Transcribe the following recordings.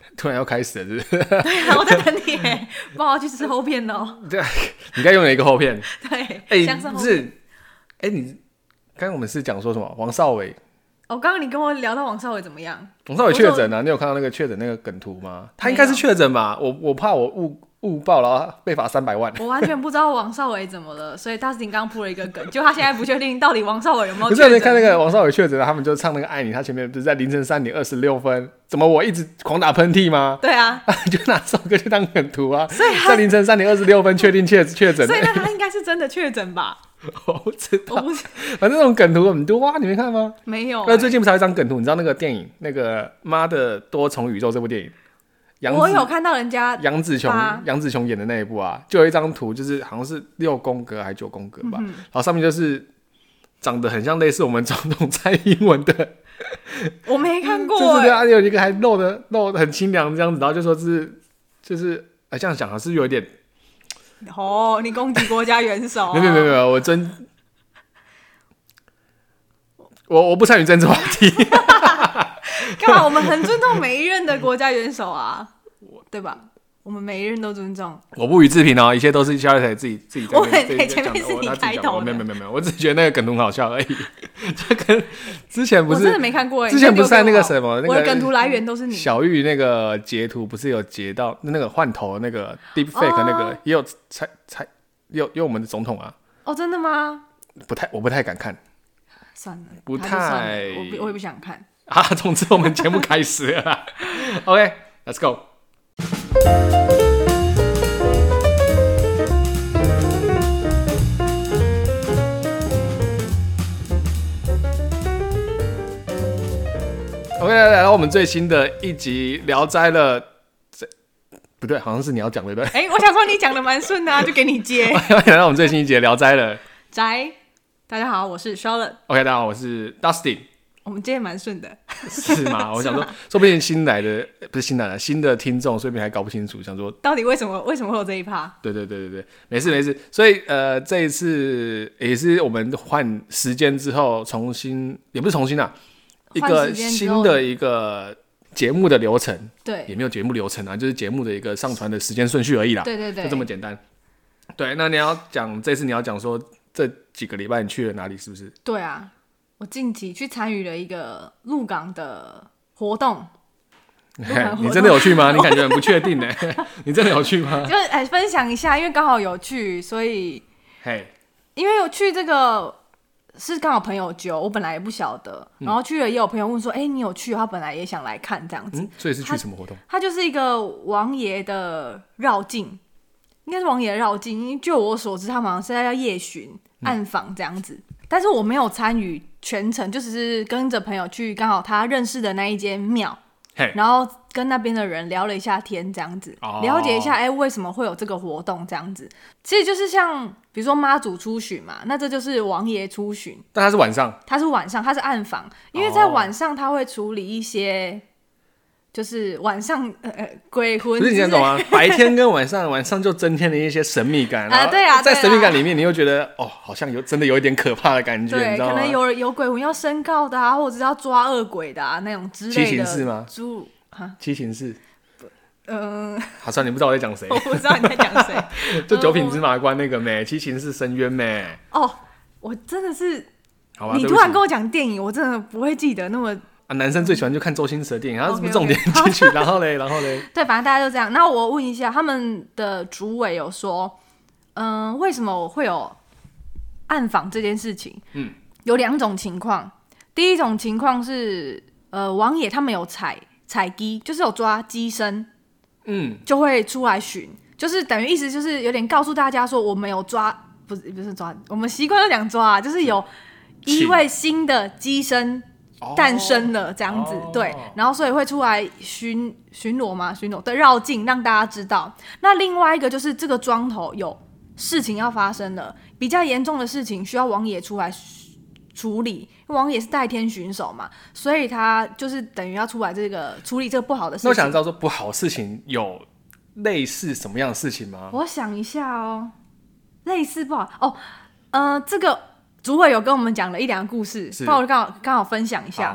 突然要开始了，是不是？ 对啊，我在等你耶，不然我要去吃厚片哦。 对，你该用了一个厚片。 对，香不是，你刚刚我们是讲说什么？王少伟。 刚刚你跟我聊到王少伟怎么样？ 王少伟确诊啊，你有看到那个确诊那个梗图吗？他应该是确诊吧？我怕我误报，然后被罚300万。 我完全不知道王少伟怎么了，所以大师你刚刚铺了一个梗，就他现在不确定到底王少伟有没有确诊。 可是你看那个王少伟确诊，他们就唱那个爱你，他前面不是在凌晨3点26分，怎么我一直狂打喷嚏吗？ 对啊， 就拿这首歌去当梗图啊。 所以在凌晨3点26分确定确诊， 所以那他应该是真的确诊吧？ 我不知道，反正那种梗图很多啊，你没看吗？ 没有。 最近不是还有一张梗图，你知道那个电影那个妈的多重宇宙这部电影？ 我有看到人家杨紫琼演的那一部啊，就有一张图，就是好像是6宫格还是9宫格吧，然后上面就是长得很像类似我们总统蔡英文的， 我没看过， 就是啊，有一个还露的很清凉这样子，然后就说就是这样讲还是有一点。 你攻击国家元首、 没有，我不参与政治话题。 干嘛？我们很尊重每一任的国家元首啊，对吧？我们每一任都尊重。 我不予置评哦，一切都是肖瑞自己在我前面是你开头的， 没有，我只是觉得那个梗图很好笑而已。就跟之前不是， 我真的没看过之前不是在那个什么， 我的梗图来源都是你。 小玉那个截图不是有截到那个换头那个 deepfake 那个也有有我们的总统啊？ 真的吗？ 我不太敢看。 算了， 不太， 我也不想看。 总之我们节目开始了啦。OK，Let's go。OK， 来到我们最新的一集《聊斋》了。不对，好像是你要讲对不对？ 我想说你讲的蛮顺的啊，就给你接。 来到我们最新一集的《聊斋》了。 斋，大家好，我是 Charlotte。 OK， 大家好，我是 Dustin。 我们今天蛮顺的， 是吗？我想说，说不定新的听众，说不定还搞不清楚，想说到底为什么会有这一趴？ 对，没事。所以这一次也是我们换时间之后重新，也不是重新啊，一个新的一个节目的流程。对，也没有节目流程啊，就是节目的一个上传的时间顺序而已啦。对，就这么简单。对，那你要讲这次你要讲说这几个礼拜你去了哪里，是不是？ 对啊。我近期去参与了一个鹿港的活动。 你真的有去吗？你感觉很不确定呢。你真的有去吗？ 就分享一下，因为刚好有去，所以因为有去这个是刚好朋友揪，我本来也不晓得，然后去了也有朋友问说，你有去？他本来也想来看这样子。 所以是去什么活动？ 他就是一个王爷的绕境，应该是王爷的绕境。因为就我所知，他好像是要夜巡暗访这样子。但是我没有参与全程，就只是跟着朋友去，刚好他认识的那一间庙，然后跟那边的人聊了一下天，这样子，了解一下，为什么会有这个活动这样子。其实就是像比如说妈祖出巡嘛，那这就是王爷出巡， 但他是晚上， 他是暗访，因为在晚上他会处理一些。就是晚上鬼魂， 不是你懂吗？白天跟晚上就增添了一些神秘感对啊， 在神秘感里面，你又觉得好像真的有一点可怕的感觉， 对， 你知道吗？ 可能有鬼魂要申告的啊，或者是要抓恶鬼的啊，那种之类的。 七情事吗？七情事。好，算你不知道我在讲谁， 我不知道你在讲谁。 就九品芝麻官那个咩，七情事深渊咩。 我真的是， 好吧， 你突然跟我讲电影，我真的不会记得那么。 男生最喜欢就看周星驰的电影，他什么重点进去，然后嘞， 对，反正大家就这样。那我问一下，他们的主委有说，为什么会有暗访这件事情？有2种情况。第一种情况是，王爷他们有采鸡，就是有抓鸡生，就会出来巡，就是等于意思就是有点告诉大家说，我们有抓，不是抓，我们习惯都讲抓，就是有一位新的鸡生。诞生了这样子，对，然后所以会出来巡逻嘛，对，绕境让大家知道。那另外一个就是这个庄头有事情要发生了，比较严重的事情需要王爷出来处理，王爷是代天巡守嘛，所以他就是等于要出来处理这个不好的事情。 那我想知道说不好的事情有类似什么样的事情吗？ 我想一下类似不好这个。主委有跟我们讲了1-2个故事，那我刚好分享一下。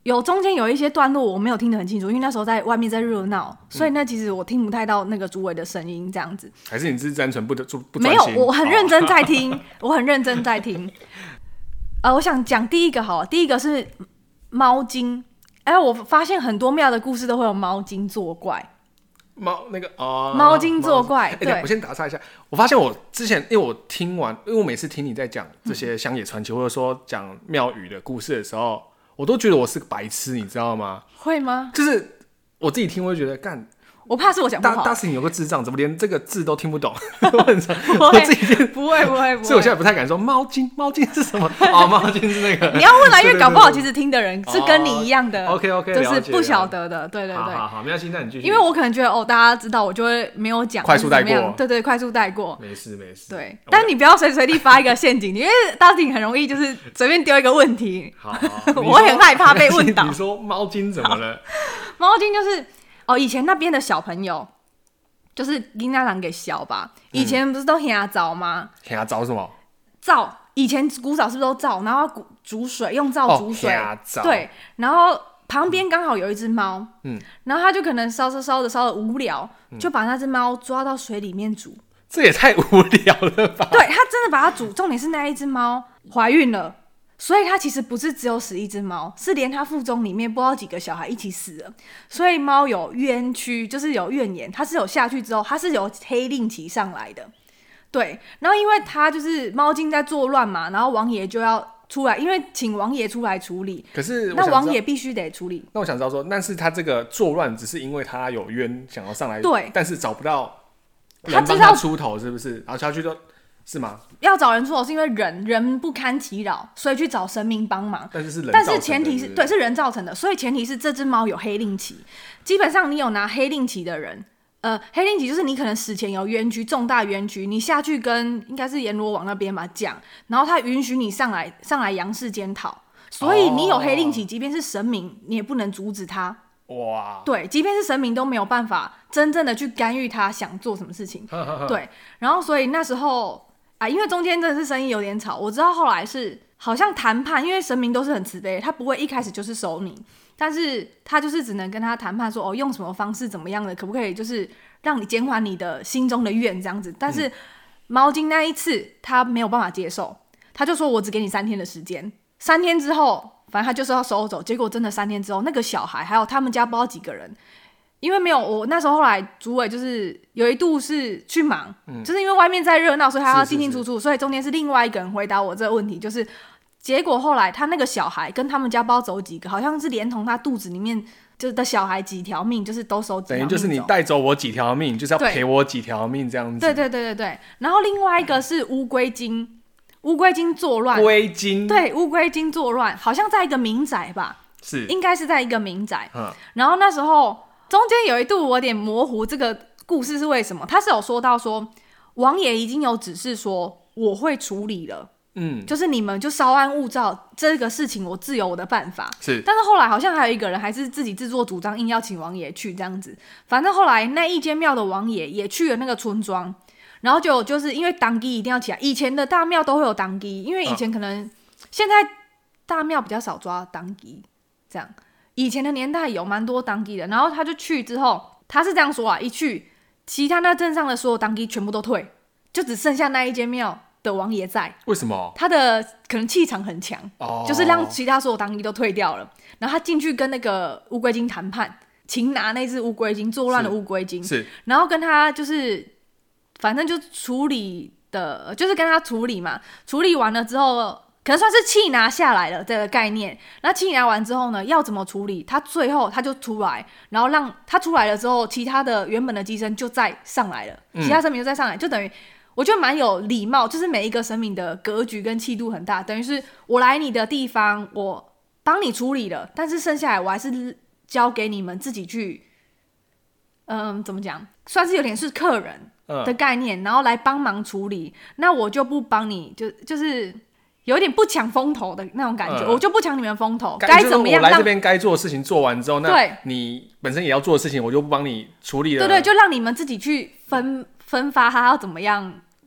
有中间有一些段落我没有听得很清楚，因为那时候在外面在热闹，所以那其实我听不太到那个主委的声音这样子。 还是你是单纯不专心？ 没有，我很认真在听，我很认真在听。我想讲第一个好了，第一个是猫精。我发现很多庙的故事都会有猫精作怪。 猫精作怪。对， 我先打岔一下。我发现我之前，因为我听完，因为我每次听你在讲这些乡野传奇，或者说讲庙宇的故事的时候，我都觉得我是个白痴，你知道吗？ 会吗？ 就是我自己听，我会觉得干。 我怕是我讲不好。 大师，你有个智障，怎么连这个字都听不懂？ 我自己不会， 所以我现在不太敢说猫精是什么？猫精是那个。 你要问啦，因为搞不好其实听的人是跟你一样的。 OK， 就是不晓得的。对。 好，没关系，那你继续。 因为我可能觉得大家知道，我就会没有讲， 快速带过。 对，快速带过。 没事。 对，但你不要随时随地发一个陷阱，因为大家很容易就是随便丢一个问题。 好， 我很害怕被问到。 你说猫精怎么了？ 猫精就是以前那边的小朋友。就是囡仔人给小吧，以前不是都瞎灶吗？ 瞎灶什么？ 灶，以前古早是不是都灶，然后煮水，用灶煮水。对，然后旁边刚好有一只猫，然后他就可能烧的无聊，就把那只猫抓到水里面煮。 这也太无聊了吧？ 对，他真的把它煮，重点是那一只猫怀孕了。所以它其实不是只有死一只猫，是连它腹中里面不知道几个小孩一起死了。所以猫有冤屈，就是有怨言，它是有下去之后，它是有黑令旗上来的。对，然后因为它就是猫精在作乱嘛，然后王爷就要出来，因为请王爷出来处理。 可是那王爷必须得处理。 那我想知道说，但是他这个作乱只是因为他有冤想要上来， 对， 但是找不到人帮他出头，是不是？然后下去就是吗？ 要找人出头是因为人不堪其扰，所以去找神明帮忙。 但是人造成的， 但是前提是对，是人造成的，所以前提是这只猫有黑令旗。基本上你有拿黑令旗的人，黑令旗就是你可能死前有冤屈，重大冤屈，你下去跟应该是阎罗王那边嘛讲，然后他允许你上来阳世间讨，所以你有黑令旗，即便是神明，你也不能阻止他。 哇， 对，即便是神明都没有办法真正的去干预他想做什么事情。对，然后所以那时候。因为中间真的是生意有点吵，我知道后来是好像谈判，因为神明都是很慈悲，他不会一开始就是收你，但是他就是只能跟他谈判说，用什么方式怎么样的，可不可以就是让你减缓你的心中的怨这样子。但是猫精那一次他没有办法接受，他就说我只给你3天的时间，3天之后反正他就是要收走。结果真的3天之后，那个小孩还有他们家不知道几个人，因为没有我那时候后来主委就是有一度是去忙，就是因为外面在热闹，所以他要进进出出，所以中间是另外一个人回答我这个问题，就是结果后来他那个小孩跟他们家不知道走几个，好像是连同他肚子里面就是的小孩几条命，就是都收几条命走，等于就是你带走我几条命，就是要赔我几条命这样子。 对。然后另外一个是乌龟精作乱，对，乌龟精作乱，好像在一个民宅吧， 是应该是在一个民宅。然后那时候。中间有一度我有点模糊，这个故事是为什么？他是有说到说，王爷已经有指示说我会处理了，就是你们就稍安勿躁，这个事情我自有我的办法。 是， 但是后来好像还有一个人还是自己自作主张，硬要请王爷去这样子。反正后来那一间庙的王爷也去了那个村庄，然后就是因为当机一定要起来，以前的大庙都会有当机，因为以前可能现在大庙比较少抓当机这样。以前的年代有蛮多当机的，然后他就去之后，他是这样说一去，其他那镇上的所有当机全部都退，就只剩下那一间庙的王爷在。 为什么？ 他的可能气场很强，就是让其他所有当机都退掉了。然后他进去跟那个乌龟精谈判，擒拿那只乌龟精，作乱的乌龟精， 是， 然后跟他就是反正就处理的，就是跟他处理嘛，处理完了之后。可能算是气拿下来了这个概念。那气拿完之后呢，要怎么处理？他最后他就出来，然后让他出来了之后，其他的原本的机身就再上来了，其他神明就再上来，就等于我觉得蛮有礼貌，就是每一个神明的格局跟气度很大，等于是我来你的地方，我帮你处理了，但是剩下来我还是交给你们自己去，怎么讲？算是有点是客人的概念，然后来帮忙处理。那我就不帮你，就是。有点不抢风头的那种感觉，我就不抢你们风头，该怎么样？ 我来这边该做的事情做完之后，那你本身也要做的事情，我就不帮你处理了。 对，就让你们自己去分发，他要怎么样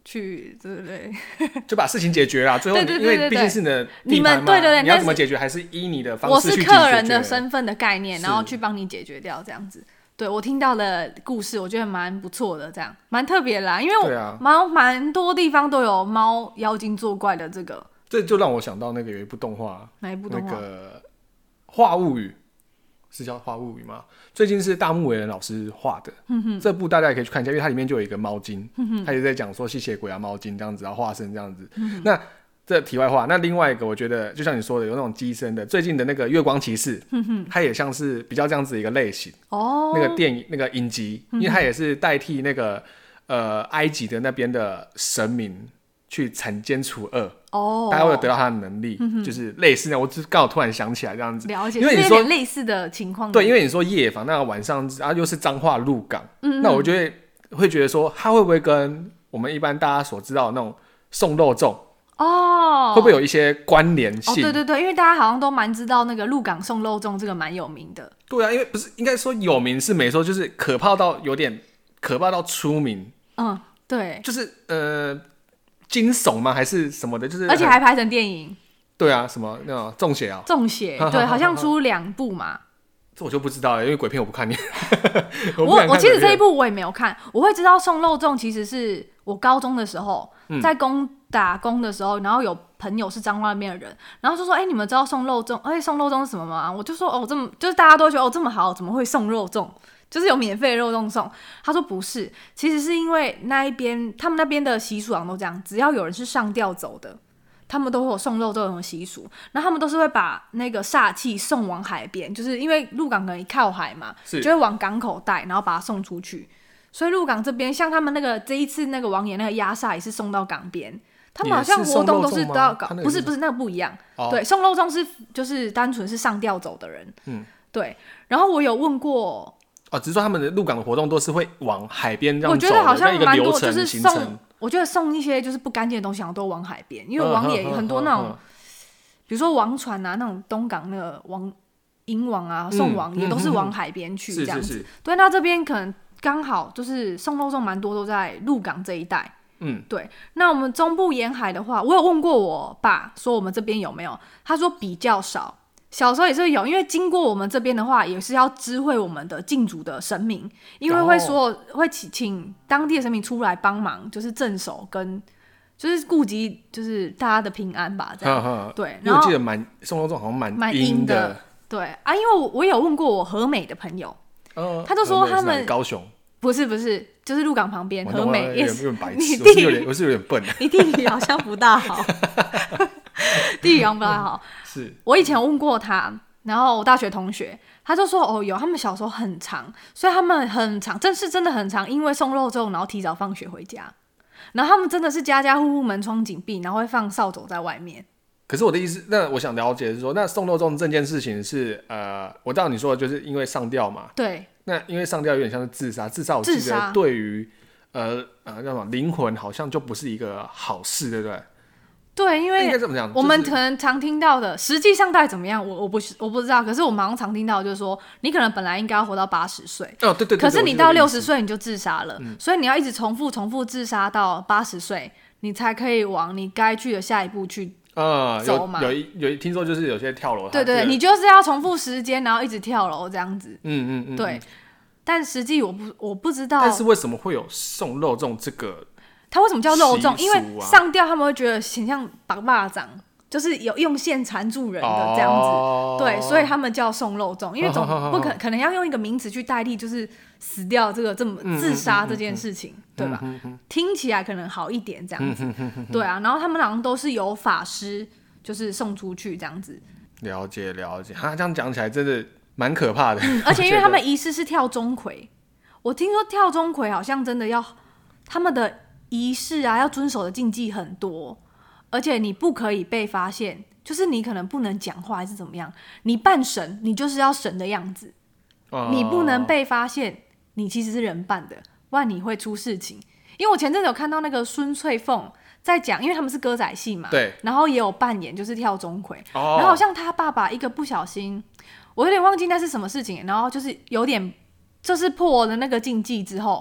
去，对不对？ 就把事情解决了。最后因为毕竟是你们对， 你要怎么解决，还是依你的方式去解决。 我是客人的身份的概念，然后去帮你解决掉这样子。对，我听到的故事，我觉得蛮不错的，这样蛮特别啦。因为蛮多地方都有猫妖精作怪的这个。 这就让我想到那个有一部动画， 哪一部动画？ 那个《画物语》。是叫《画物语》吗？最近是大木伟人老师画的，这部大家也可以去看一下，因为它里面就有一个猫精，他也在讲说吸血鬼啊、猫精这样子，然后化身这样子。那这题外话，那另外一个我觉得，就像你说的，有那种机身的，最近的那个《月光骑士》，它也像是比较这样子一个类型。那个电影那个影集，因为它也是代替那个埃及的那边的神明去铲奸除恶。大家会有得到他的能力，就是类似的。我只刚好突然想起来这样子， 了解， 因为你说有点类似的情况。 对，因为你说夜访，那晚上又是彰化鹿港，那我会觉得说，他会不会跟我们一般大家所知道的那种送肉粽会不会有一些关联性？ 对，因为大家好像都蛮知道那个鹿港送肉粽这个蛮有名的。 对啊，因为不是应该说有名是没错，就是可怕到有点可怕到出名。 对， 就是惊悚吗？还是什么的？就是而且还拍成电影。 对啊，什么那种中邪啊？ 中邪，对，好像出2部嘛。 这我就不知道了，因为鬼片我不看。 我其实这一部我也没有看。我会知道送肉粽，其实是我高中的时候在打工的时候，然后有朋友是彰化那边的人，然后就说：“你们知道送肉粽？送肉粽是什么吗？”我就说：“这么就是大家都觉得这么好，怎么会送肉粽？”就是有免费的肉粽送。他说不是，其实是因为他们那边的习俗好像都这样，只要有人是上吊走的，他们都会有送肉粽的习俗。然后他们都是会把那个煞气送往海边，就是因为鹿港可能靠海嘛，就会往港口带，然后把它送出去。所以鹿港这边，像他们这一次那个王爷那个压煞也是送到港边。他们好像活动都是到港，不是那个不一样。对，送肉粽是就是单纯是上吊走的人。对。然后我有问过。 只是说他们的鹿港的活动都是会往海边这样走的， 我觉得好像蛮多， 就是我觉得送一些就是不干净的东西，好像都往海边，因为王爷很多那种，比如说王船啊，那种东港那个银王啊，送王也都是往海边去这样子。对，那这边可能刚好就是送肉粽蛮多都在鹿港这一带。对。那我们中部沿海的话，我有问过我爸说我们这边有没有，他说比较少。小时候也是有，因为经过我们这边的话，也是要知会我们的祭祖的神明，因为会请当地的神明出来帮忙，就是镇守跟就是顾及就是大家的平安吧，这样。对， 因为我记得送肉粽好像蛮阴的。 对啊，因为我有问过我和美的朋友，他就说他们高雄不是，就是鹿港旁边和美也是。 我是有点笨， 你地理好像不大好。地理不太好， 是我以前有问过他，然后我大学同学他就说有他们小时候很长，所以他们很长，真的很长，因为送肉粽然后提早放学回家，然后他们真的是家家户户门窗紧闭，然后会放扫帚在外面。 可是我的意思，那我想了解的是说，那送肉粽这件事情是我知道你说的就是因为上吊嘛， 对， 那因为上吊有点像是自杀，我记得对于叫什么灵魂好像就不是一个好事，对不对？ 对，因为我们可能常听到的，实际上到底怎么样，我不知道。可是我们好像常听到，就是说，你可能本来应该要活到80岁， 对。 可是你到60岁你就自杀了，所以你要一直重复自杀到80岁，你才可以往你该去的下一步去走嘛。 有听说就是有些跳楼， 对，你就是要重复时间，然后一直跳楼这样子。对。但实际我不知道， 但是为什么会有送肉粽这个？ 它为什么叫肉粽？因为上吊他们会觉得很像绑巴掌，就是有用线缠住人的这样子。对，所以他们叫送肉粽，因为总不可能要用一个名词去代替，就是死掉这么自杀这件事情，对吧？听起来可能好一点这样子。对啊，然后他们好像都是由法师就是送出去这样子。 了解这样讲起来真的蛮可怕的。 而且因为他们仪式是跳钟馗，我听说跳钟馗好像真的要他们的仪式啊，要遵守的禁忌很多，而且你不可以被发现，就是你可能不能讲话还是怎么样，你扮神，你就是要神的样子，你不能被发现你其实是人扮的，不然你会出事情。因为我前阵子有看到那个孙翠凤在讲，因为他们是歌仔戏嘛， 对， 然后也有扮演就是跳钟馗，然后好像他爸爸一个不小心，我有点忘记那是什么事情，然后就是有点就是破了那个禁忌之后，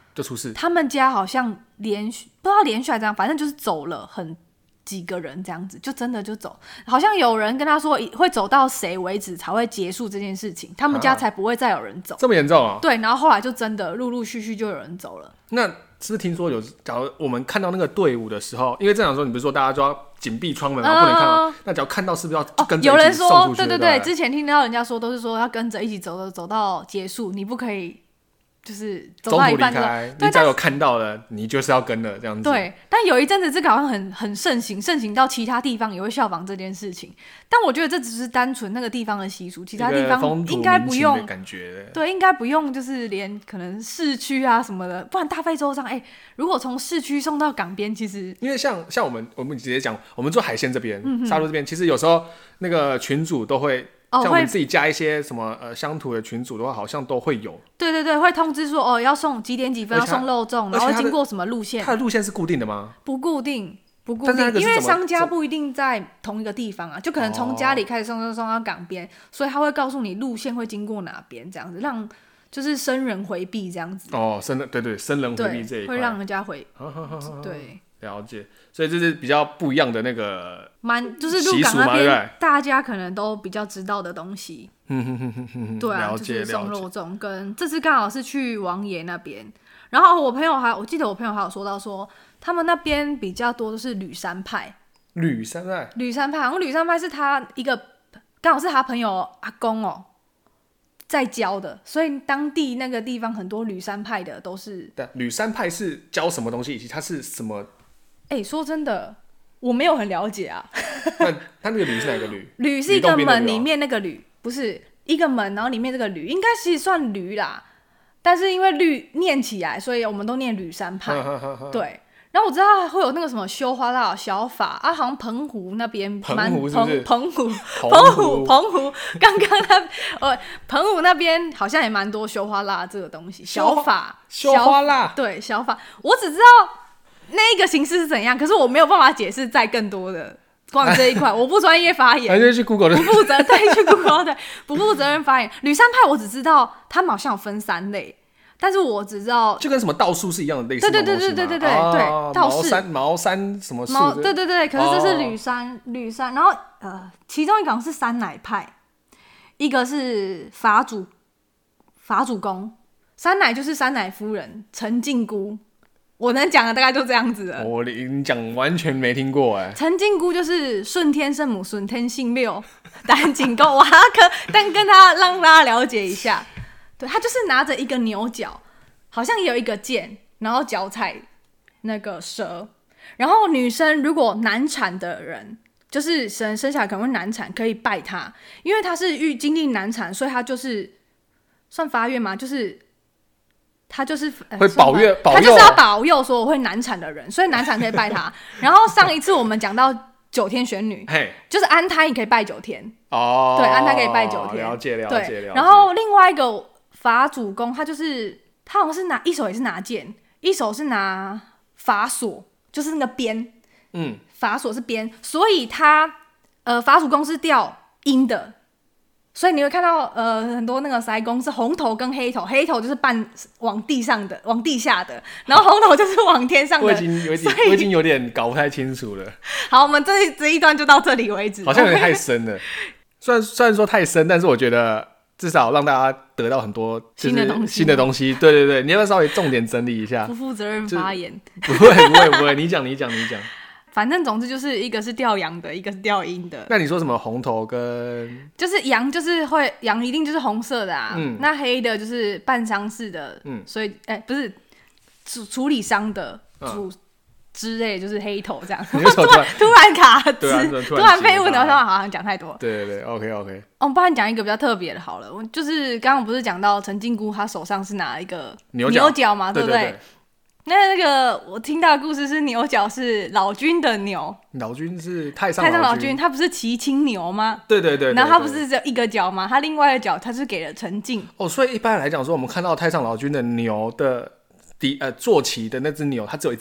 就出事。 他们家好像连续不知道连续还是这样，反正就是走了几个人这样子，就真的就走。好像有人跟他说会走到谁为止才会结束这件事情，他们家才不会再有人走。 这么严重啊？ 对，然后后来就真的陆陆续续就有人走了。 那是不是听说假如我们看到那个队伍的时候，因为正常说你不是说大家就要紧闭窗门嘛，不能看到，那只要看到是不是要跟着一起送出去？ 有人说，对，之前听到人家说都是说要跟着一起走到结束，你不可以就是走到一半中途离开，你只要有看到了，你就是要跟了这样子。 对，但有一阵子这个好像很盛行到其他地方也会效仿这件事情。但我觉得这只是单纯那个地方的习俗，其他地方应该不用感觉。 对，应该不用，就是连可能市区啊什么的，不然大费周章。如果从市区送到港边，其实因为像我们直接讲，我们做海鲜这边、沙鹿这边，其实有时候那个群主都会。像我们自己加一些什么乡土的群组的话，好像都会有。 对，会通知说要送几点几分要送肉粽，然后经过什么路线。 它的路线是固定的吗？ 不固定，因为商家不一定在同一个地方啊，就可能从家里开始送到港边，所以他会告诉你路线会经过哪边，这样子让就是生人回避这样子。 生人回避这一块会让人家对。 了解，所以这是比较不一样的那个就是鹿港那边大家可能都比较知道的东西。对啊，就是送肉粽，跟这次刚好是去王爷那边，然后我记得我朋友还有说到说，他们那边比较多都是吕山派。 吕山派， 好像吕山派是他一个刚好是他朋友阿公在教的，所以当地那个地方很多吕山派的都是。 吕山派是教什么东西，以及它是什么？ 说真的，我没有很了解啊。 那他那个吕是哪个吕？ 吕是一个门里面那个吕，不是一个门，然后里面这个吕，应该其实算驴啦，但是因为吕念起来，所以我们都念吕山派。对。然后我知道会有那个什么修花道小法啊，好像澎湖那边澎湖是不是？ 澎湖，刚刚澎湖那边好像也蛮多修花蜡这个东西，小法修花蜡， 对，小法，我只知道那个形式是怎样，可是我没有办法解释再更多的关于这一块，我不专业发言， 还是去 Google 不负责，对，去 Google 对，不负责任发言。吕山派我只知道他们好像有分3类。但是我只知道， 就跟什么道术是一样的类似的东西。 对，道士茅山什么树？ 对，可是这是吕山，然后其中一个是山奶派，一个是法主公，山奶就是山奶夫人陈靖姑，我能讲的大概就这样子了。 你讲完全没听过陈靖姑就是顺天圣母，顺天姓六，但仅够但跟让大家了解一下。对，他就是拿着一个牛角，好像也有一个剑，然后脚踩那个蛇。然后女生如果难产的人，就是生下来可能会难产，可以拜他，因为他是经历难产，所以他就是算发愿嘛，就是他就是会保佑， 他就是要保佑所有会难产的人，所以难产可以拜他。然后上一次我们讲到9天玄女，就是安胎你可以拜9天对，安胎可以拜9天， 了解。 然后另外一个法主公，他好像是一手也是拿剑，一手是拿法锁，就是那个鞭，法锁是鞭，所以他法主公是吊阴的，所以你会看到很多那个塞公是红头跟黑头，黑头就是半往地上的，往地下的，然后红头就是往天上的。 我已经有点搞不太清楚了。 好，我们这一段就到这里为止。 好像有点太深了，虽然说太深，但是我觉得至少让大家得到很多新的东西。对，你要不要稍微重点整理一下？ 不负责任发言。 不会，你讲。 反正总之就是一个是吊阳的，一个是吊阴的。 那你说什么红头跟就是阳，就是阳一定就是红色的啊。那黑的就是办丧事的，所以不是处理伤的之类，就是黑头这样。突然卡词，突然废物，然后好像讲太多。 对 ，OK。 不然讲一个比较特别的好了。我就是刚刚不是讲到陈靖姑，她手上是拿一个牛角嘛，对不对？那个我听到的故事是牛角是老君的牛， 老君是太上老君，他不是骑青牛吗？ 对， 然后他不是只有一个角吗？他另外一个角他是给了陈靖。 所以一般来讲说，我们看到太上老君的牛的坐骑的那只牛，它只有一只角。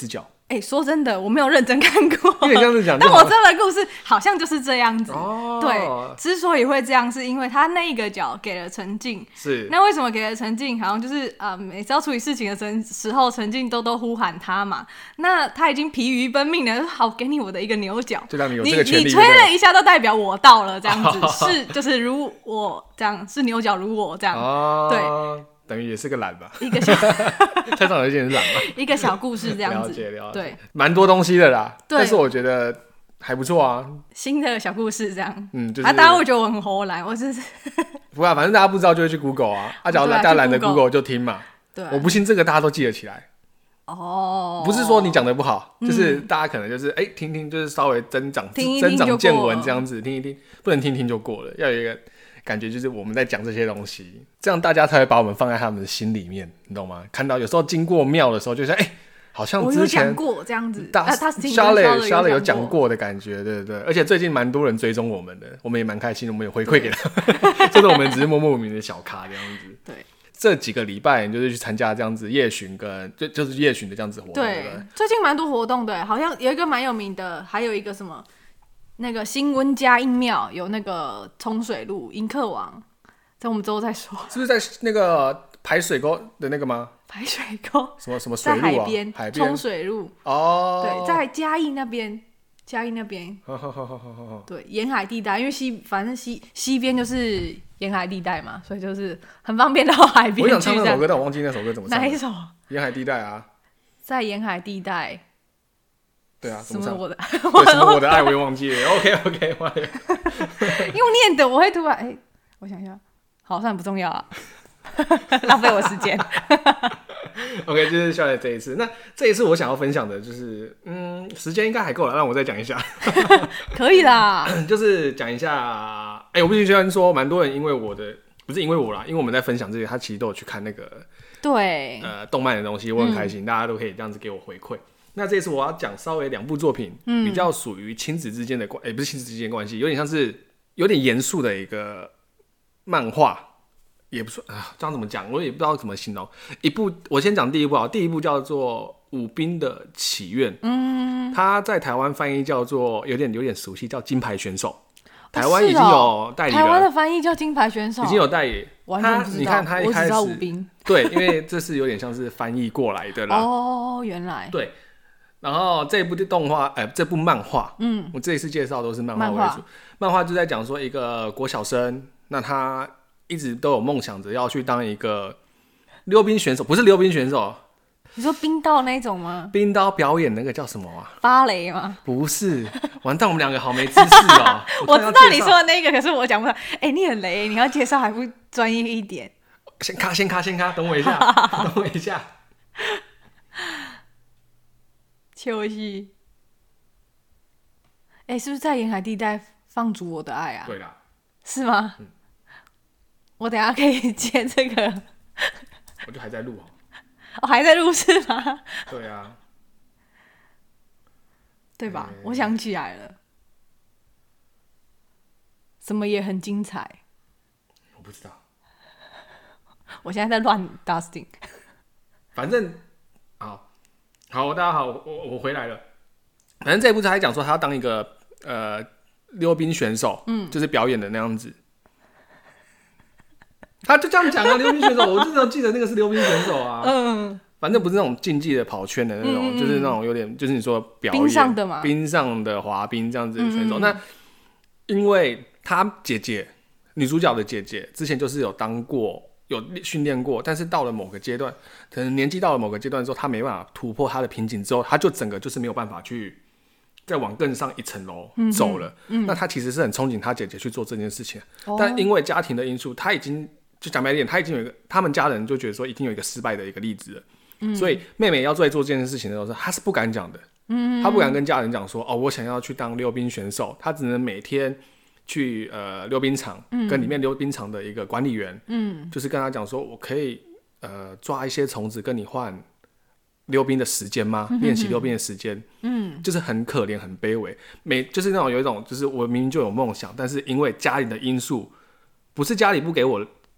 说真的，我没有认真看过， 因为这样子讲， 但我知道的故事好像就是这样子。 哦， 对，之所以会这样，是因为他那一个角给了陈静。 是， 那为什么给了陈静？好像就是每次要处理事情的时候，陈静都呼喊他嘛。那他已经疲于奔命了，好，给你我的一个牛角， 就让你有这个权利。 你吹了一下，都代表我到了，这样子是就是如我这样，是牛角如我这样。对。 等于也是个懒吧， 一个小蔡尚有一点懒吧， 一个小故事这样子， 了解， 对， 蛮多东西的啦， 对， 但是我觉得还不错啊， 新的小故事这样， 就是大家会觉得我很齁懒，我真是不啊，反正大家不知道就会去 Google 啊，假如大家懒得 Google 就听嘛， 对， 我不信这个大家都记得起来。 哦， 不是说你讲的不好，就是大家可能就是听听，就是稍微增长见闻这样子，听一听，不能听听就过了，要有一个感觉，就是我们在讲这些东西，这样大家才会把我们放在他们的心里面，你懂吗？看到有时候经过庙的时候，就说好像之前我有讲过这样子， 他 Charlie 有讲过的感觉，对对对，而且最近蛮多人追踪我们的，我们也蛮开心的，我们有回馈给他，就是我们只是默默无名的小咖这样子， 对。 这几个礼拜就是去参加这样子夜巡跟就是夜巡的这样子活动，对， 最近蛮多活动的，好像有一个蛮有名的，还有一个什么那个新温嘉应庙有那个冲水路迎客王，在我们之后再说， 是不是在那个排水沟的那个吗？ 排水沟什么水路啊？ 在海边冲水路哦，对，在嘉义那边。对，沿海地带，因为反正西边就是沿海地带嘛，所以就是很方便到海边去。 我想唱那首歌，但我忘记那首歌怎么唱。 哪一首？ 沿海地带啊， 在沿海地带。 对啊，什么我的什么我的爱我也忘记了。OK， 用念的我会突然我想一下，好像不重要啊，浪费我时间。 OK， 就是下来这一次。那这一次我想要分享的就是，时间应该还够了，让我再讲一下。 可以啦， 就是讲一下。我必须先说，蛮多人因为我的，不是因为我啦，因为我们在分享这些，他其实都有去看那个对动漫的东西，我很开心，大家都可以这样子给我回馈。那这一次我要讲稍微2部作品，比较属于亲子之间的不是亲子之间的关系，有点像是有点严肃的一个漫画。也不错啊，这样怎么讲？我也不知道怎么形容。我先讲第一部啊，第一部叫做《武兵的起源》，它在台湾翻译叫做有点熟悉，叫《金牌选手》。台湾已经有代理了， 台湾的翻译叫《金牌选手》， 已经有代理。 完全不知道， 你看他一开始， 我只知道武兵。 对，因为这是有点像是翻译过来的啦。 哦，原来。 对。然后这部动画，这部漫画，我这一次介绍都是漫画为主。漫画就在讲说一个国小生，那他一直都有梦想着要去当一个溜冰选手，不是溜冰选手。 你说冰刀那种吗？ 冰刀表演那个叫什么啊？ 芭蕾吗？ 不是，完蛋，我们两个好没知识哦。 我知道你说的那个，可是我讲不出来。你很雷，你要介绍还不专业一点。 先卡，等我一下， 秋夕，是不是在沿海地带放逐我的爱啊？ 对啦， 是吗？我等一下可以接这个。 我就还在录还在录是吗？ 对啊， 对吧？我想起来了，什么也很精彩。 我不知道， 我现在在乱 dusting。 反正好，大家好，我回来了。反正这一部他还讲说他要当一个溜冰选手，就是表演的那样子。他就这样讲啊，溜冰选手，我真的记得那个是溜冰选手啊。反正不是那种竞技的跑圈的那种，就是那种有点，就是你说表演冰上的嘛， 冰上的滑冰这样子的选手。那因为他女主角的姐姐之前就是有当过，有训练过，但是到了某个阶段，可能年纪到了某个阶段之后，他没办法突破他的瓶颈之后，他就整个就是没有办法去再往更上一层楼走了。那他其实是很憧憬他姐姐去做这件事情，但因为家庭的因素，他已经就讲白一点，他已经有一个，他们家人就觉得说已经有一个失败的一个例子了。所以妹妹要做这件事情的时候，她是不敢讲的。她不敢跟家人讲说，我想要去当溜冰选手，她只能每天去溜冰场，跟里面溜冰场的一个管理员，就是跟他讲说，我可以抓一些虫子跟你换溜冰的时间吗？练习溜冰的时间，就是很可怜很卑微，就是那种有一种就是我明明就有梦想，但是因为家里的因素，不是家里不给我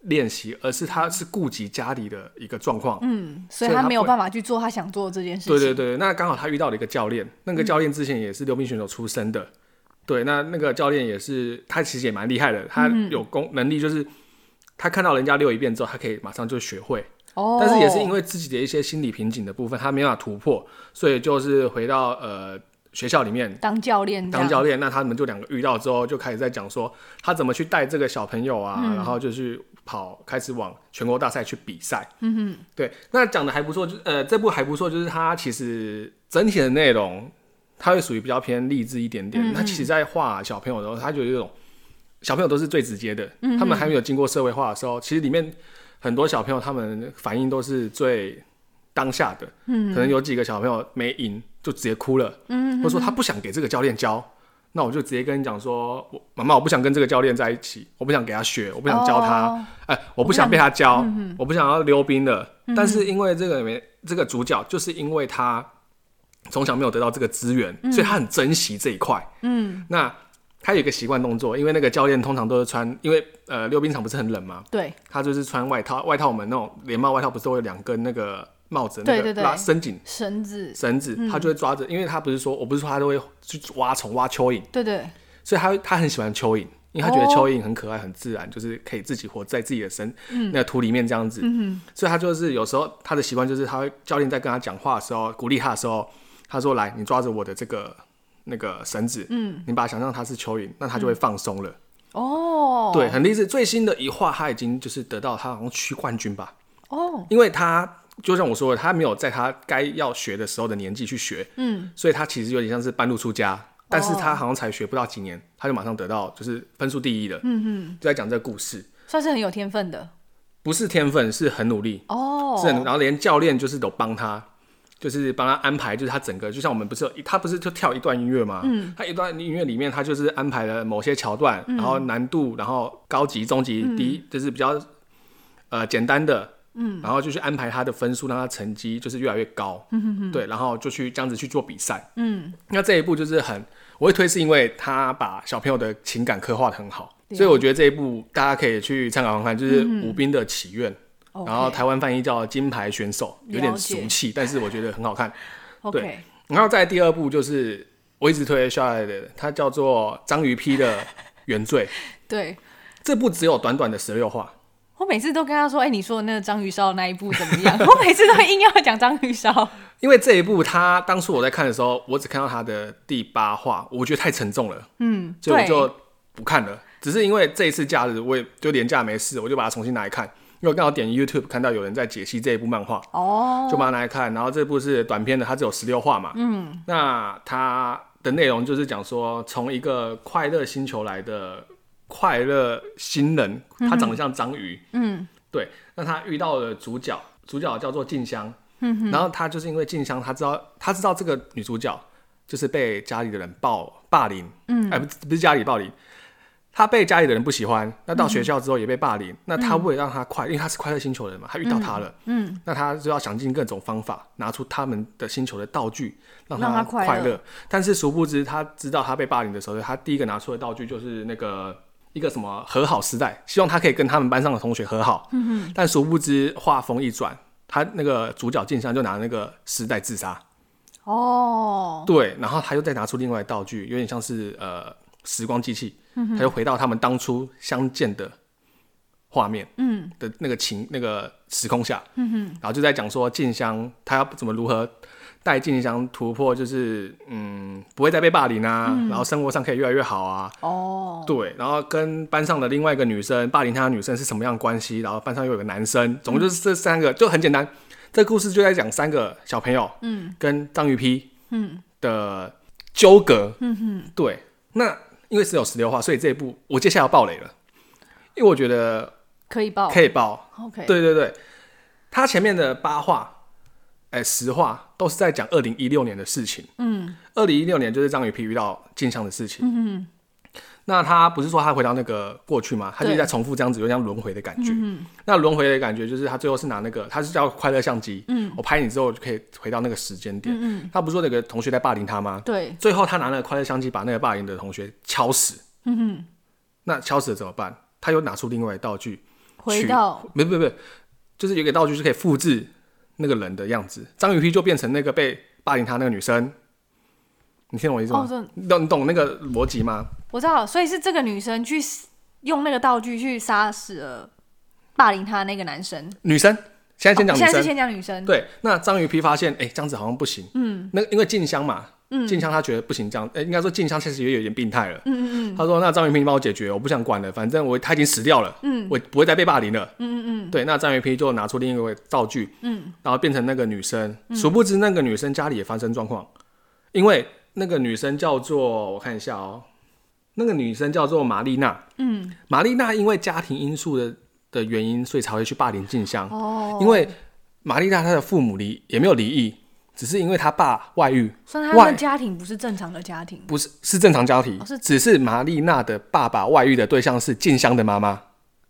练习，而是他是顾及家里的一个状况， 所以他没有办法去做他想做的这件事情。 对对对，那刚好他遇到了一个教练，那个教练之前也是溜冰选手出身的，对，那个教练也是他其实也蛮厉害的，他有能力，就是他看到人家溜一遍之后，他可以马上就学会。但是也是因为自己的一些心理瓶颈的部分，他没办法突破，所以就是回到学校里面当教练。 那他们就两个遇到之后，就开始在讲说他怎么去带这个小朋友啊，然后就去开始往全国大赛去比赛。对，那讲的还不错，这部还不错，就是他其实整体的内容，他会属于比较偏励志一点点。他其实在画小朋友的时候，他就有一种小朋友都是最直接的，他们还没有经过社会化的时候，其实里面很多小朋友他们反应都是最当下的，可能有几个小朋友没赢就直接哭了，或者说他不想给这个教练教，那我就直接跟你讲说，妈妈，我不想跟这个教练在一起，我不想给他学，我不想教他，我不想被他教，我不想要溜冰了。但是因为这个主角，就是因为他从小没有得到这个资源，所以他很珍惜这一块。那他有一个习惯动作，因为那个教练通常都是穿，因为溜冰场不是很冷嘛， 对，他就是穿外套，我们那种连帽外套不是都有2根那个帽子，那个拉伸紧绳子，他就会抓着，因为他不是说他都会去挖虫挖蚯蚓， 对， 所以他很喜欢蚯蚓，因为他觉得蚯蚓很可爱很自然，就是可以自己活在自己的那个土里面这样子，所以他就是有时候他的习惯就是教练在跟他讲话的时候鼓励他的时候，他说来你抓着我的这个那个绳子，你把它想象它是蚯蚓，那它就会放松了。对，很励志。最新的一话，他已经就是得到他好像区冠军吧。因为他就像我说的，他没有在他该要学的时候的年纪去学，所以他其实有点像是半路出家，但是他好像才学不到几年，他就马上得到就是分数第一了。就在讲这个故事， 算是很有天分的。 不是天分，是很努力。是很努力，然后连教练就是都帮他。就是帮他安排，就是他整个，就像我们他不是就跳一段音乐吗？他一段音乐里面，他就是安排了某些桥段，然后难度，然后高级、中级、低，就是比较简单的，然后就去安排他的分数，让他成绩就是越来越高。对，然后就去这样子去做比赛。那这一部就是我会推，是因为他把小朋友的情感刻画得很好，所以我觉得这一部大家可以去参考看看，就是武兵的祈愿。然后台湾翻译叫金牌选手，有点俗气，但是我觉得很好看。对，然后再来第2部就是我一直推下来的，它叫做章鱼批的原罪。对，这部只有短短的16话。 我每次都跟他说：“你说的那个章鱼烧那一部怎么样？”我每次都硬要讲章鱼烧， 因为这一部当初我在看的时候，我只看到它的第8话，我觉得太沉重了，所以我就不看了。只是因为这一次假日，我也就连假没事，我就把它重新拿来看。因为我刚好点 YouTube 看到有人在解析这一部漫画，就把它拿来看。然后这部是短篇的，它只有16话嘛。那它的内容就是讲说，从一个快乐星球来的快乐新人，他长得像章鱼。对。那他遇到了主角叫做静香。然后他就是因为静香，他知道这个女主角就是被家里的人霸凌。不是家里暴凌。他被家里的人不喜欢，那到学校之后也被霸凌。那他为了让他因为他是快乐星球的人嘛，他遇到他了。那他就要想尽各种方法，拿出他们的星球的道具，让他快乐。但是殊不知，他知道他被霸凌的时候，他第一个拿出的道具就是一个什么和好丝带，希望他可以跟他们班上的同学和好。但殊不知话锋一转，他那个主角静香就拿那个丝带自杀。对，然后他又再拿出另外的道具，有点像是时光机器。他就回到他们当初相见的画面的那个时空下，然后就在讲说静香他要如何带静香突破，就是不会再被霸凌啊，然后生活上可以越来越好啊。对，然后跟班上的另外一个女生霸凌他的女生是什么样的关系，然后班上又有个男生，总共就是这3个，就很简单。这个故事就在讲3个小朋友跟章鱼批的纠葛。对，那因为只有16话，所以这一部我接下来要爆雷了，因为我觉得可以爆。 OK， 对对对，他前面的8话，10话都是在讲2016年的事情。2016年就是章鱼批遇到静香的事情。那他不是说他回到那个过去吗？他就在重复这样子，有点轮回的感觉。那轮回的感觉就是他最后是拿那个，他是叫快乐相机。我拍你之后就可以回到那个时间点。他不是说那个同学在霸凌他吗？对。最后他拿那个快乐相机把那个霸凌的同学敲死。那敲死了怎么办？他又拿出另外的道具， 回到不，就是有一个道具是可以复制那个人的样子。张雨披就变成那个被霸凌他那个女生，你听懂我意思吗？你懂那个逻辑吗？ 我知道，所以是这个女生去用那个道具去杀死了霸凌她的那个男生。 女生，现在先讲女生。 现在是先讲女生。 对，那张雨披发现，这样子好像不行。那因为静香嘛。静香他觉得不行，这样，应该说静香确实也有点病态了。他说：“那张雨披你帮我解决，我不想管了，反正他已经死掉了，我不会再被霸凌了。”对，那张雨披就拿出另一个道具，然后变成那个女生。殊不知那个女生家里也发生状况，因为那个女生叫做我看一下哦，那个女生叫做玛丽娜。玛丽娜因为家庭因素的原因，所以才会去霸凌静香。因为玛丽娜她的父母也没有离异。只是因为他爸外遇， 所以他的家庭不是正常的家庭， 不是，是正常家庭，只是玛丽娜的爸爸外遇的对象是静香的妈妈。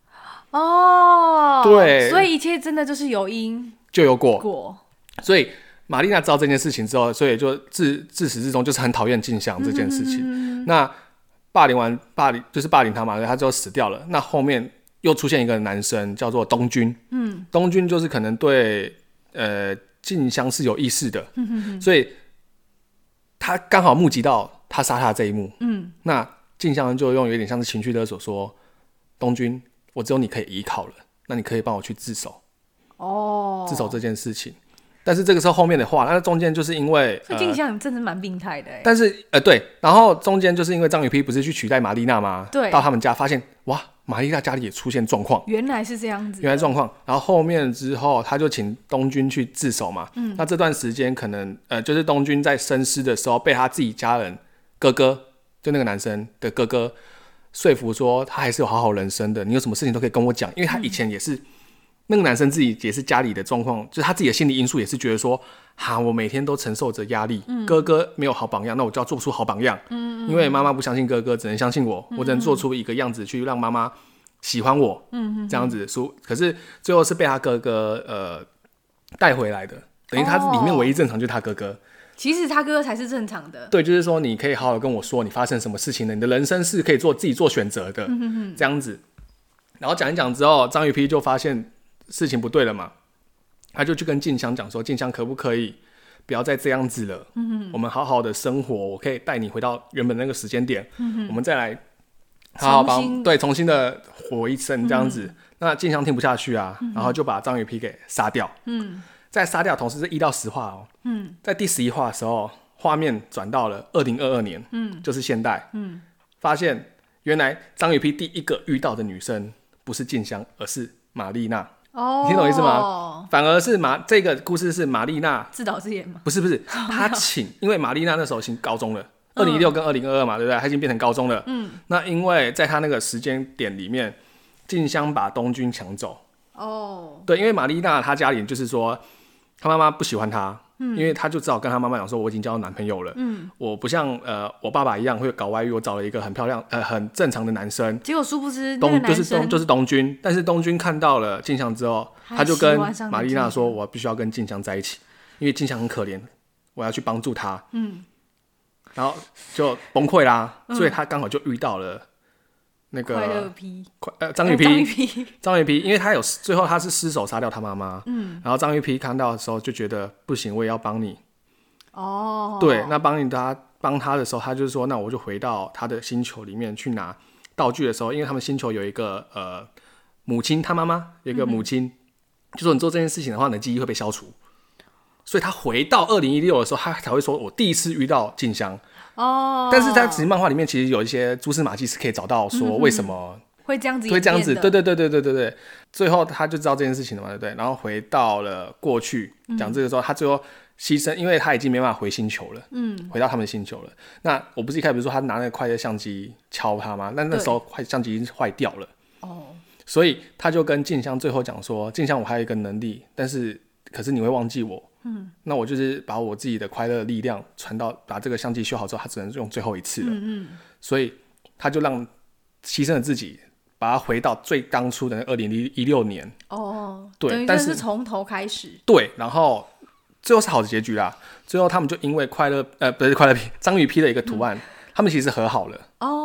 对， 所以一切真的就是有因就有果。所以玛丽娜知道这件事情之后，所以就自始至终就是很讨厌静香这件事情。那霸凌他嘛，他之后死掉了。那后面又出现一个男生叫做东君，东君就是可能对静香是有意识的，所以他刚好目击到他杀他的这一幕。那静香就用有点像是情绪勒索说：“东君，我只有你可以依靠了，那你可以帮我去自首，自首这件事情。”但是这个时候后面的话，那中间就是因为静香真的蛮病态的。 但是对，然后中间就是因为张雨披不是去取代玛丽娜吗？ 对， 到他们家发现哇，玛丽娜家里也出现状况， 原来是这样子， 原来状况。然后后面之后，他就请东君去自首嘛。那这段时间可能就是东君在生尸的时候，被他自己家人哥哥，就那个男生的哥哥说服说，他还是有好好人生的，你有什么事情都可以跟我讲，因为他以前也是。那个男生自己也是家里的状况，就是他自己的心理因素也是觉得说，我每天都承受着压力，哥哥没有好榜样，那我就要做出好榜样。因为妈妈不相信哥哥，只能相信我，我只能做出一个样子去让妈妈喜欢我。这样子可是最后是被他哥哥带回来的，等于他里面唯一正常就是他哥哥。 其实他哥哥才是正常的。 对，就是说你可以好好跟我说你发生什么事情了，你的人生是可以自己做选择的。这样子，然后讲一讲之后，张雨披就发现事情不对了嘛，他就去跟静香讲说：“静香可不可以不要再这样子了？我们好好的生活，我可以带你回到原本那个时间点，我们再来好好重新的活一生这样子。那静香听不下去啊，然后就把张雨披给杀掉。在杀掉同时是1到10话哦。在第11话的时候，画面转到了2022年，就是现代。发现原来张雨披第一个遇到的女生不是静香，而是玛丽娜。你听懂意思吗？反而是这个故事是玛丽娜自导自演吗？ 不是，她因为玛丽娜那时候已经高中了，2016跟2022嘛，对不对？她已经变成高中了。那因为在她那个时间点里面，静香把东君抢走。对，因为玛丽娜她家里就是说，她妈妈不喜欢她。因为她就只好跟她妈妈讲说，我已经交到男朋友了，我不像我爸爸一样会搞外遇，我找了一个很漂亮很正常的男生。 结果殊不知那个男生就是东君，但是东君看到了静香之后，他就跟玛丽娜说，我必须要跟静香在一起，因为静香很可怜，我要去帮助她。然后就崩溃啦，所以他刚好就遇到了那个快乐批张雨披，因为他最后他是失手杀掉他妈妈。然后张雨披看到的时候就觉得不行，我也要帮你。对，那帮他的时候，他就是说，那我就回到他的星球里面去拿道具的时候，因为他们星球有一个母亲，他妈妈有一个母亲，就说你做这件事情的话，你的记忆会被消除。所以他回到2016的时候，他才会说我第一次遇到静香。但是在其实漫画里面其实有一些蛛丝马迹是可以找到说为什么会这样子对，最后他就知道这件事情了嘛，对不对？然后回到了过去讲这个时候，他最后牺牲，因为他已经没办法回星球了，回到他们的星球了。那我不是一开始说他拿那个快乐相机敲他吗？那时候相机已经坏掉了。所以他就跟静香最后讲说，静香我还有一个能力，可是你会忘记我。那我就是把我自己的快乐的力量传到，把这个相机修好之后，他只能用最后一次了。所以他就让牺牲了自己，把他回到最当初的2016年。对，但是从头开始。 对，然后最后是好的结局啦。最后他们就因为不是快乐批张雨披的一个图案，他们其实和好了。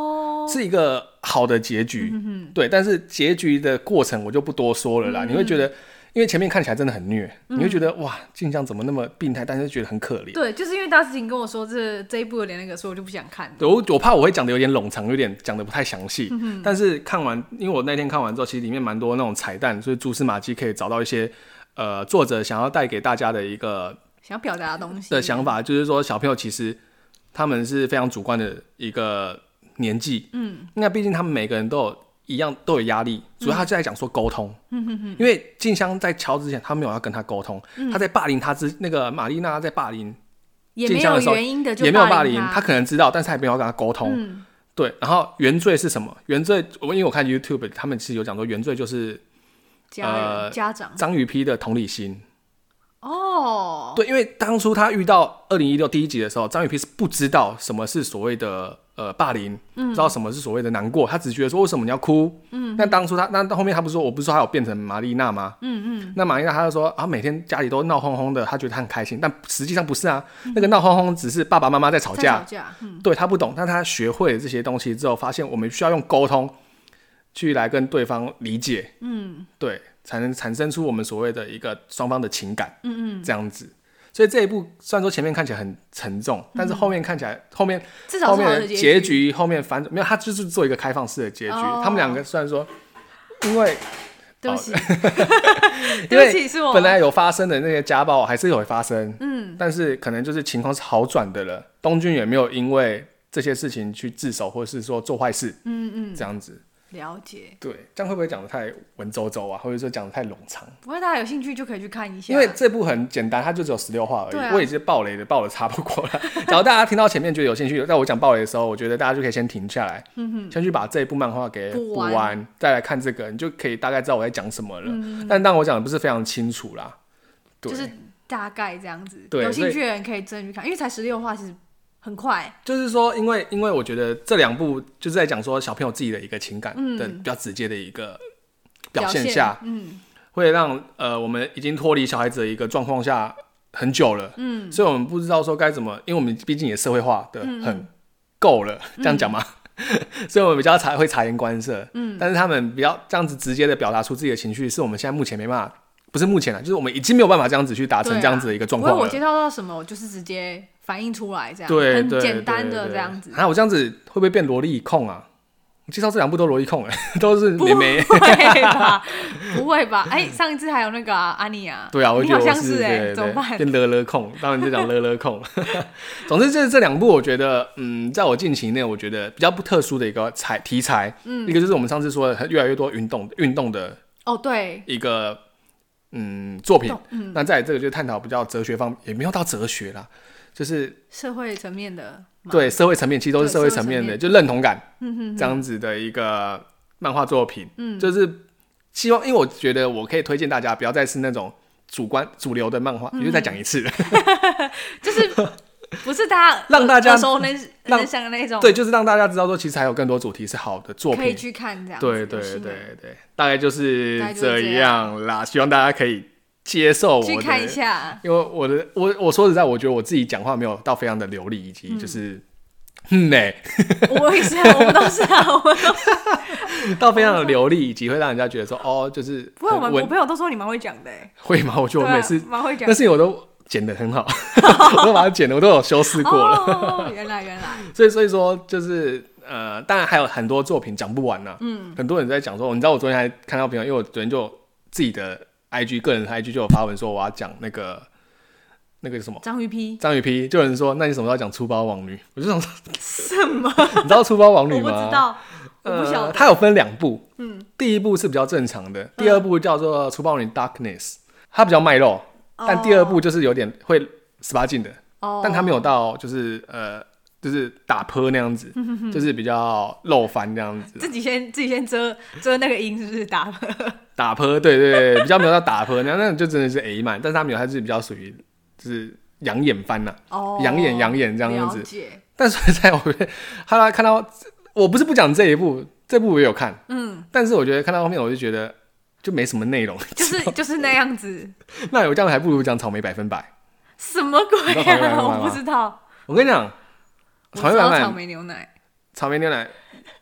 是一个好的结局，对，但是结局的过程我就不多说了啦，你会觉得。因为前面看起来真的很虐，你会觉得哇，静香怎么那么病态，但是觉得很可怜。 对，就是因为大事情跟我说这一部有点那个，所以我就不想看。 对，我怕我会讲的有点冗长，有点讲的不太详细。但是看完，因为我那天看完之后，其实里面蛮多那种彩蛋，所以蛛丝马迹可以找到一些作者想要带给大家的一个想要表达的东西的想法，就是说小朋友其实他们是非常主观的一个年纪，那毕竟他们每个人都有压力，主要他就在讲说沟通，因为静香在敲之前，他没有要跟他沟通，他在霸凌他那个玛丽娜在霸凌静香的时候， 也没有原因的就也没有霸凌他可能知道，但是他也没有要跟他沟通，对。然后原罪是什么？原罪，因为我看 YouTube， 他们其实有讲说原罪就是家长章鱼 P 的同理心。 哦， 对，因为当初他遇到2016第1集的时候，章鱼 P 是不知道什么是所谓的霸凌，不知道什么是所谓的难过，他只觉得说为什么你要哭？那当初那后面他不是说，我不是说他有变成玛丽娜吗？那玛丽娜他就说啊，每天家里都闹哄哄的，他觉得他很开心，但实际上不是啊，那个闹哄哄只是爸爸妈妈在吵架，对他不懂，但他学会了这些东西之后，发现我们需要用沟通去来跟对方理解，对，才能产生出我们所谓的一个双方的情感，这样子。所以这一部虽然说前面看起来很沉重，但是后面看起来后面的结局后面反转没有，他就是做一个开放式的结局。他们两个虽然说因为对不起， 对不起，是我本来有发生的那些家暴还是有发生，但是可能就是情况是好转的了。东君也没有因为这些事情去自首，或者是说做坏事，这样子。 了解， 对，这样会不会讲得太文绉绉啊，或者说讲得太冗长？ 不过大家有兴趣就可以去看一下， 因为这部很简单，它就只有16话而已。我也是爆雷的，爆的差不多了。然后大家听到前面觉得有兴趣，在我讲爆雷的时候，我觉得大家就可以先停下来，先去把这一部漫画给补完，再来看这个，你就可以大概知道我在讲什么了。但当然我讲的不是非常清楚啦，对， 就是大概这样子。有兴趣的人可以真的去看，因为才16话，其实很快。就是说因为我觉得这2部就是在讲说小朋友自己的一个情感的比较直接的一个表现下，会让我们已经脱离小孩子的一个状况下很久了，所以我们不知道说该怎么，因为我们毕竟也社会化的很够了，这样讲吗？所以我们比较会察言观色，但是他们比较这样子直接的表达出自己的情绪，是我们现在目前没办法，不是目前啦，就是我们已经没有办法这样子去达成这样子的一个状况了。 我接到到什么，我就是直接反映出来，这样对很简单的这样子。 我这样子会不会变萝莉控啊？我介绍这2部都萝莉控都是妹妹。 不会吧？不会吧？上一次还有那个安妮啊， 对啊，我觉得你好像是怎么办？ 变乐控，当然就讲乐控。总之就是这2部，我觉得在我近期内，我觉得比较不特殊的一个题材，一个就是我们上次说的越来越多运动的对一个作品，那再来这个就是探讨比较哲学方面，也没有到哲学啦。就是社会层面的， 对社会层面，其实都是社会层面的，就认同感这样子的一个漫画作品，就是希望，因为我觉得我可以推荐大家不要再是那种主流的漫画，你就再讲一次， 就是不是大家让大家耳熟能详的那种， 对，就是让大家知道说，其实还有更多主题是好的作品可以去看，这样子， 对，大概就是这样啦，希望大家可以接受我的， 去看一下， 因为我说实在，我觉得我自己讲话没有到非常的流利，以及就是我也是，我们都是到非常的流利，以及会让人家觉得说就是不会，我朋友都说你蛮会讲的， 会吗？我觉得我每次蛮会讲， 但是我都剪得很好，我都把它剪的，我都有修饰过了。 原来， 所以说就是当然还有很多作品讲不完啦。很多人在讲说，你知道我昨天还看到朋友，因为我昨天就自己的个人的 IG 就有发文说我要讲那个什么章鱼 P， 就有人说那你什么时候要讲粗包王女？我就想说什么？ 你知道粗包王女吗？ 我不知道，我不晓得。 它有分2部，第1部是比较正常的，第2部叫做粗包王女 Darkness， 它比较卖肉，但第2部就是有点会18禁的，但它没有到就是打泼那样子，就是比较露翻这样子。 自己先遮那个音，是不是打泼？ 打泼，对，比较没有到打泼，那就真的是 A 漫，但是它没有，它是比较属于就是养眼番呐，养眼这样子。但是在我看到，我不是不讲这部我也有看，但是我觉得看到后面我就觉得就没什么内容， 就是那样子。 那我这样还不如讲草莓100%。 什么鬼啊？我不知道。 我跟你讲，草莓牛奶，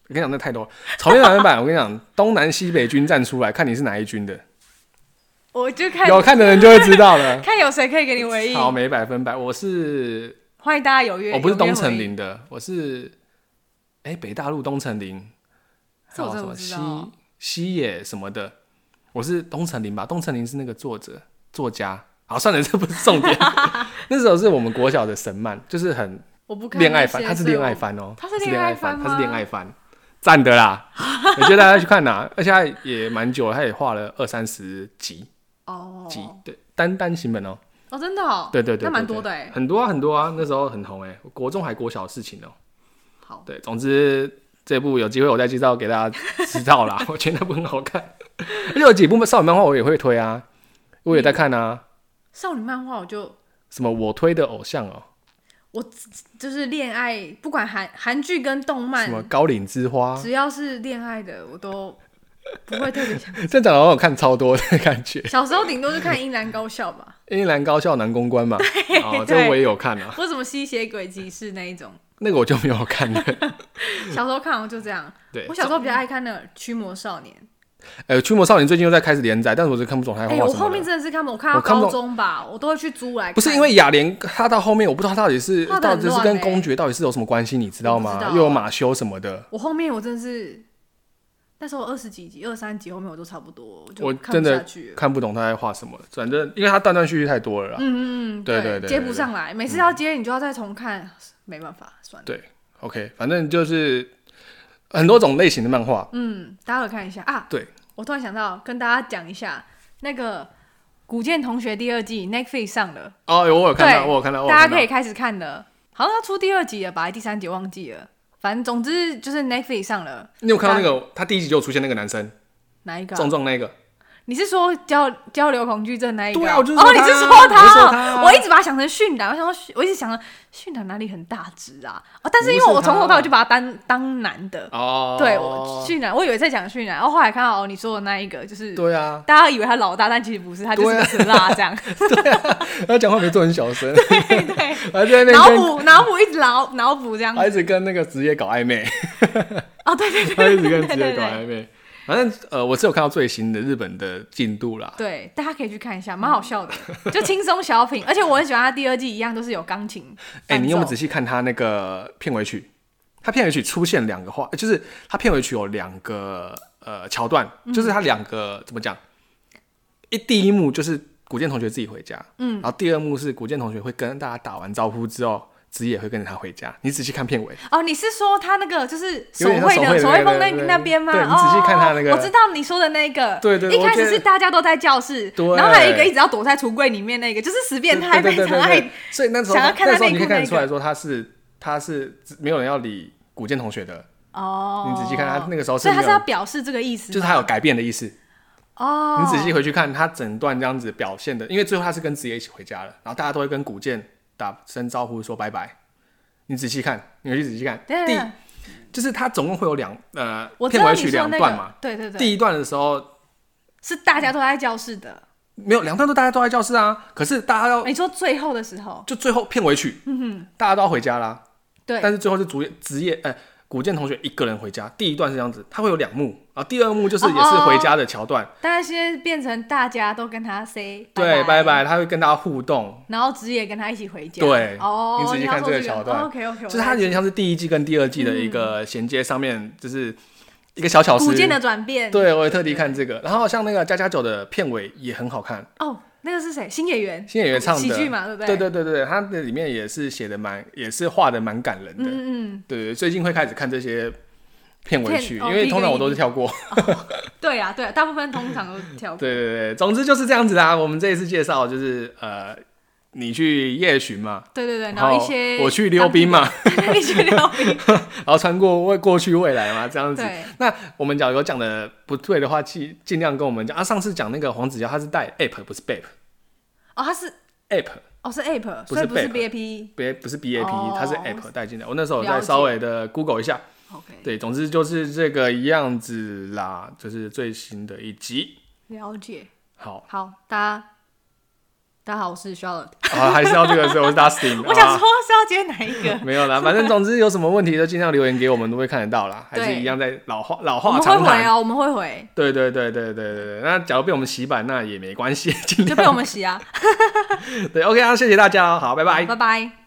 我跟你讲，那太多了。草莓百分百，我跟你讲，东南西北军站出来，看你是哪一军的。 我就看有看的人就会知道了。 看有谁可以给你回应。 草莓百分百，我是欢迎大家有约。 我不是东城林的，我是北大陆东城林， 这我真的不知道。 西野什么的，我是东城林吧？东城林是那个作家。好，算了，这不是重点。那时候是我们国小的神漫，就是很恋爱番，它是恋爱番哦， 它是恋爱番吗？ 它是恋爱番，赞的啦！我觉得大家去看呐，而且它也蛮久了，它也画了20-30集对，单行本哦。 哦，真的哦。 对， 那蛮多的哎。 很多啊，那时候很红哎，国中还国小的事情哦。 好， 对，总之这部有机会我再介绍给大家知道啦。我觉得那部很好看，而且有几部少女漫画我也会推啊，我也在看啊。 少女漫画我就什么我推的偶像哦， 我就是恋爱，不管韩剧跟动漫， 什么高岭之花， 只要是恋爱的我都不会特别想。 这讲的我看超多的感觉。 小时候顶多是看英兰高校吧， 英兰高校男公关嘛，这个我也有看啊。 或什么吸血鬼骑士那一种， 那个我就没有看了。 小时候看我就这样。对，我小时候比较爱看那个驱魔少年。 驱魔少年最近又在开始连载，但是我是看不懂他画什么的。 我后面真的是看不懂，我看到高中吧，我都会去租来看。 不是因为雅莲，他到后面我不知道他到底是跟公爵到底是有什么关系，你知道吗？又有马修什么的。 我后面我真的是那时候20几集、23集后面我都差不多， 我真的看不懂他在画什么。反正因为他断断续续太多了啦。对， 接不上来，每次要接你就要再重看，没办法，算了。 对 ，OK， 反正就是很多种类型的漫画。 大家可以看一下啊。对。我突然想到，跟大家讲一下，那个《古剑同学》第2季 Netflix 上了。哦，我有看到，大家可以开始看了。好像要出第2集了吧？第3集忘记了。反正总之就是 Netflix 上了。 你有看到那个？他第1集就有出现那个男生， 哪一个？ 壮那个。 你是说交流恐惧症那一个？ 对啊，我就是说他。 你是说他？我一直把他想成训男，我一直想到训男哪里很大只啊？但是因为我从头到尾就把他当男的。哦。对，我训男，我以为在讲训男，然后后来看到你说的那一个，就是对啊，大家以为他老大，但其实不是，他就是个死辣这样。 对啊，他讲话没做很小声。 对。还在那脑补一直脑补这样。 他一直跟那个职业搞暧昧。 哦，对， 他一直跟职业搞暧昧。反正我是有看到最新的日本的进度啦， 对，大家可以去看一下，蛮好笑的，就轻松小品，而且我很喜欢他第2季一样都是有钢琴。 你有没有仔细看他那个片尾曲？他片尾曲出现2个画，就是他片尾曲有2个桥段，就是他2个怎么讲？第一幕就是古剑同学自己回家，然后第2幕是古剑同学会跟大家打完招呼之后。子也会跟着他回家，你仔细看片尾哦。你是说他那个就是手绘风那边吗？ 对，你仔细看他那个， 我知道你说的那个。 对， 一开始是大家都在教室，然后还有一个一直要躲在橱柜里面那个，就是死变态，非常爱。 所以那时候想要看他你可以看得出来说他是没有人要理古剑同学的哦。你仔细看他那个时候， 所以他是要表示这个意思， 就是他有改变的意思哦。你仔细回去看他整段这样子表现的，因为最后他是跟子也一起回家了，然后大家都会跟古剑打声招呼说拜拜。你仔细看，你回去仔细看。就是他总共会有片尾曲2段嘛。对。第1段的时候是大家都在教室的， 没有2段大家都在教室啊。可是大家要你说最后的时候， 就最后片尾曲，大家都要回家啦。 对， 但是最后是职业古剑同学一个人回家。第1段是这样子，他会有2幕，然后第2幕就是也是回家的桥段。 但是现在变成大家都跟他 say 对拜拜，他会跟大家互动， 然后职业跟他一起回家。 对，你仔细看这个桥段 ，OK， 就是他有点像是第1季跟第2季的一个衔接，上面就是一个小巧思， 古剑的转变。 对，我也特地看这个。然后像那个家家酒的片尾也很好看哦。那个是谁？新演员唱的喜剧嘛，对不对？ 对，他的里面也是写的也是画的蛮感人的。对，最近会开始看这些片尾曲，因为通常我都是跳过。 对啊，大部分通常都跳过。 对，总之就是这样子啦。我们这一次介绍就是你去夜巡嘛， 对，然后一些我去溜冰嘛， 你去溜冰， 然后穿过去未来嘛，这样子。那我们有讲的不对的话，尽量跟我们讲啊。上次讲那个黄子佼，他是带 app 不是 bap， 哦，他是 app， 哦是 app， 不是 BAP， 不是 BAP， 他是 app 带进来。我那时候再稍微的 Google 一下。 OK， 对，总之就是这个样子啦，就是最新的1集。 了解。 好， 大家大家好，我是 Charlotte。 还是要这个是我是 Dustin。 我想说是要接哪一个？ 没有啦，反正总之有什么问题就尽量留言给我们，都会看得到啦。还是一样在老话常谈。 我们会回。 对。那假如被我们洗版，那也没关系， 就被我们洗啊。 对 ，OK 啊，谢谢大家，好，拜拜， 拜拜。